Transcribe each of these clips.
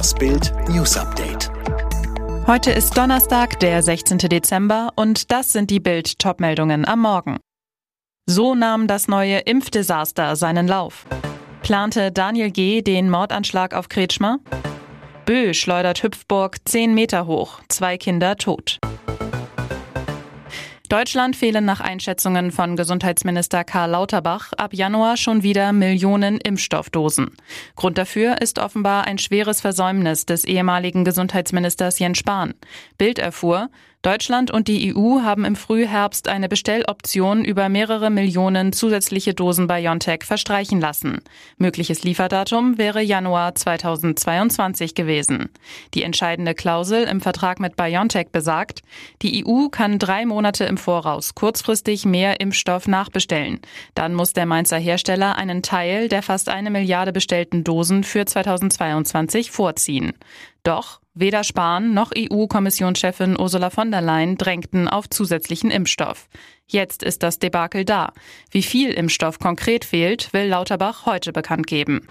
Das Bild News Update. Heute ist Donnerstag, der 16. Dezember und das sind die Bild-Top-Meldungen am Morgen. So nahm das neue Impfdesaster seinen Lauf. Plante Daniel G. den Mordanschlag auf Kretschmer? Bö schleudert Hüpfburg 10 Meter hoch, 2 Kinder tot. Deutschland fehlen nach Einschätzungen von Gesundheitsminister Karl Lauterbach ab Januar schon wieder Millionen Impfstoffdosen. Grund dafür ist offenbar ein schweres Versäumnis des ehemaligen Gesundheitsministers Jens Spahn. Bild erfuhr, Deutschland und die EU haben im Frühherbst eine Bestelloption über mehrere Millionen zusätzliche Dosen BioNTech verstreichen lassen. Mögliches Lieferdatum wäre Januar 2022 gewesen. Die entscheidende Klausel im Vertrag mit BioNTech besagt, die EU kann 3 Monate im Voraus kurzfristig mehr Impfstoff nachbestellen. Dann muss der Mainzer Hersteller einen Teil der fast 1 Milliarde bestellten Dosen für 2022 vorziehen. Doch weder Spahn noch EU-Kommissionschefin Ursula von der Leyen drängten auf zusätzlichen Impfstoff. Jetzt ist das Debakel da. Wie viel Impfstoff konkret fehlt, will Lauterbach heute bekannt geben.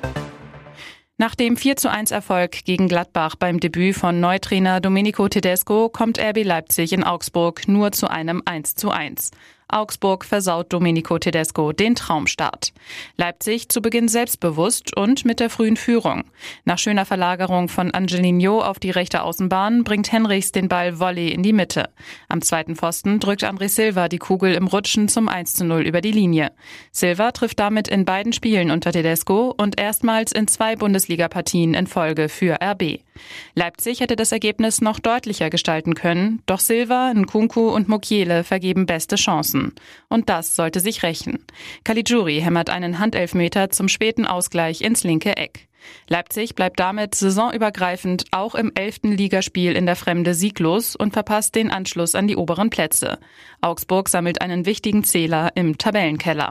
Nach dem 4:1 Erfolg gegen Gladbach beim Debüt von Neutrainer Domenico Tedesco kommt RB Leipzig in Augsburg nur zu einem 1:1. Augsburg versaut Domenico Tedesco den Traumstart. Leipzig zu Beginn selbstbewusst und mit der frühen Führung. Nach schöner Verlagerung von Angelino auf die rechte Außenbahn bringt Henrichs den Ball Volley in die Mitte. Am zweiten Pfosten drückt André Silva die Kugel im Rutschen zum 1:0 über die Linie. Silva trifft damit in beiden Spielen unter Tedesco und erstmals in 2 Bundesliga-Partien in Folge für RB. Leipzig hätte das Ergebnis noch deutlicher gestalten können, doch Silva, Nkunku und Mukiele vergeben beste Chancen. Und das sollte sich rächen. Caligiuri hämmert einen Handelfmeter zum späten Ausgleich ins linke Eck. Leipzig bleibt damit saisonübergreifend auch im 11. Ligaspiel in der Fremde sieglos und verpasst den Anschluss an die oberen Plätze. Augsburg sammelt einen wichtigen Zähler im Tabellenkeller.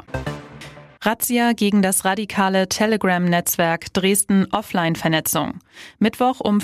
Razzia gegen das radikale Telegram-Netzwerk Dresden Offline-Vernetzung. Mittwoch um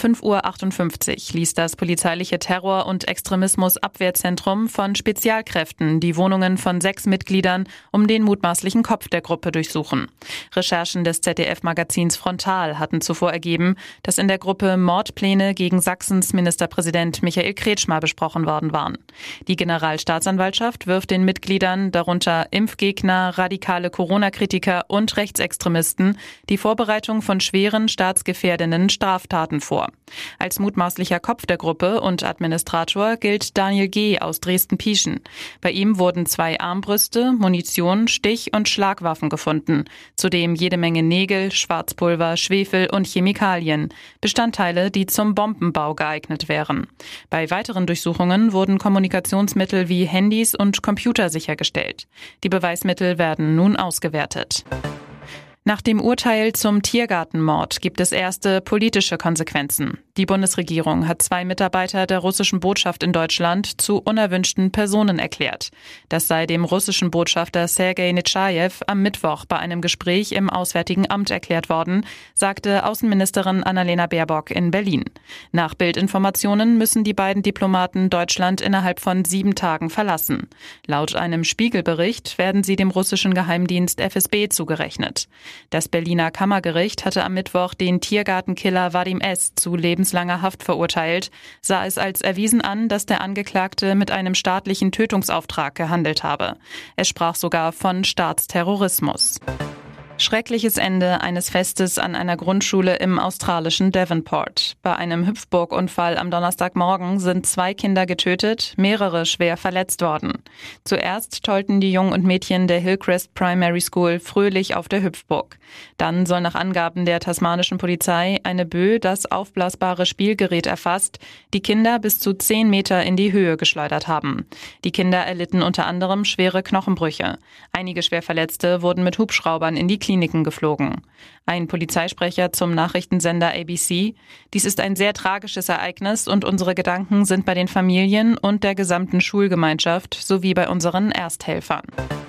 5:58 Uhr ließ das polizeiliche Terror- und Extremismus-Abwehrzentrum von Spezialkräften die Wohnungen von 6 Mitgliedern um den mutmaßlichen Kopf der Gruppe durchsuchen. Recherchen des ZDF-Magazins Frontal hatten zuvor ergeben, dass in der Gruppe Mordpläne gegen Sachsens Ministerpräsident Michael Kretschmer besprochen worden waren. Die Generalstaatsanwaltschaft wirft den Mitgliedern, darunter Impfgegner, radikale Corona-Kritiker und Rechtsextremisten, die Vorbereitung von schweren staatsgefährdenden Straftaten vor. Als mutmaßlicher Kopf der Gruppe und Administrator gilt Daniel G. aus Dresden-Pieschen. Bei ihm wurden 2 Armbrüste, Munition, Stich- und Schlagwaffen gefunden. Zudem jede Menge Nägel, Schwarzpulver, Schwefel und Chemikalien. Bestandteile, die zum Bombenbau geeignet wären. Bei weiteren Durchsuchungen wurden Kommunikationsmittel wie Handys und Computer sichergestellt. Die Beweismittel werden nun ausgewertet. Nach dem Urteil zum Tiergartenmord gibt es erste politische Konsequenzen. Die Bundesregierung hat 2 Mitarbeiter der russischen Botschaft in Deutschland zu unerwünschten Personen erklärt. Das sei dem russischen Botschafter Sergei Netschajew am Mittwoch bei einem Gespräch im Auswärtigen Amt erklärt worden, sagte Außenministerin Annalena Baerbock in Berlin. Nach Bildinformationen müssen die beiden Diplomaten Deutschland innerhalb von 7 Tagen verlassen. Laut einem Spiegelbericht werden sie dem russischen Geheimdienst FSB zugerechnet. Das Berliner Kammergericht hatte am Mittwoch den Tiergartenkiller Vadim S. zu lebenslanger Haft verurteilt, sah es als erwiesen an, dass der Angeklagte mit einem staatlichen Tötungsauftrag gehandelt habe. Es sprach sogar von Staatsterrorismus. Schreckliches Ende eines Festes an einer Grundschule im australischen Devonport. Bei einem Hüpfburgunfall am Donnerstagmorgen sind 2 Kinder getötet, mehrere schwer verletzt worden. Zuerst tollten die Jungen und Mädchen der Hillcrest Primary School fröhlich auf der Hüpfburg. Dann soll nach Angaben der tasmanischen Polizei eine Bö das aufblasbare Spielgerät erfasst, die Kinder bis zu 10 Meter in die Höhe geschleudert haben. Die Kinder erlitten unter anderem schwere Knochenbrüche. Einige Schwerverletzte wurden mit Hubschraubern in die Kliniken geflogen. Ein Polizeisprecher zum Nachrichtensender ABC: Dies ist ein sehr tragisches Ereignis und unsere Gedanken sind bei den Familien und der gesamten Schulgemeinschaft sowie bei unseren Ersthelfern.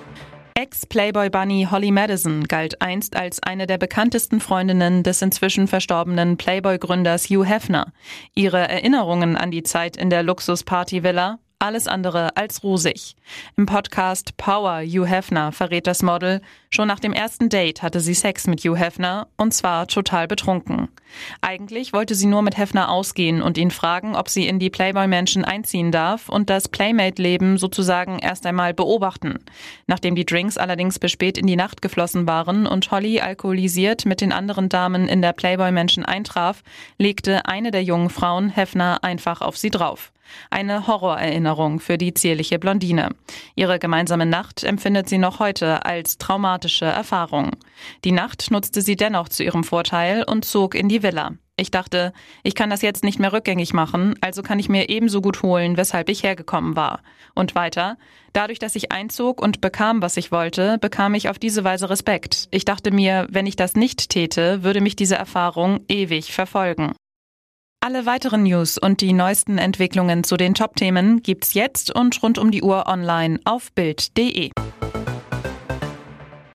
Ex-Playboy-Bunny Holly Madison galt einst als eine der bekanntesten Freundinnen des inzwischen verstorbenen Playboy-Gründers Hugh Hefner. Ihre Erinnerungen an die Zeit in der Luxus-Party-Villa, alles andere als rosig. Im Podcast Power Hugh Hefner verrät das Model, schon nach dem ersten Date hatte sie Sex mit Hugh Hefner und zwar total betrunken. Eigentlich wollte sie nur mit Hefner ausgehen und ihn fragen, ob sie in die Playboy-Mansion einziehen darf und das Playmate-Leben sozusagen erst einmal beobachten. Nachdem die Drinks allerdings bis spät in die Nacht geflossen waren und Holly alkoholisiert mit den anderen Damen in der Playboy-Mansion eintraf, legte eine der jungen Frauen Hefner einfach auf sie drauf. Eine Horrorerinnerung für die zierliche Blondine. Ihre gemeinsame Nacht empfindet sie noch heute als traumatische Erfahrung. Die Nacht nutzte sie dennoch zu ihrem Vorteil und zog in die Villa. Ich dachte, ich kann das jetzt nicht mehr rückgängig machen, also kann ich mir ebenso gut holen, weshalb ich hergekommen war. Und weiter, dadurch, dass ich einzog und bekam, was ich wollte, bekam ich auf diese Weise Respekt. Ich dachte mir, wenn ich das nicht täte, würde mich diese Erfahrung ewig verfolgen. Alle weiteren News und die neuesten Entwicklungen zu den Top-Themen gibt's jetzt und rund um die Uhr online auf Bild.de.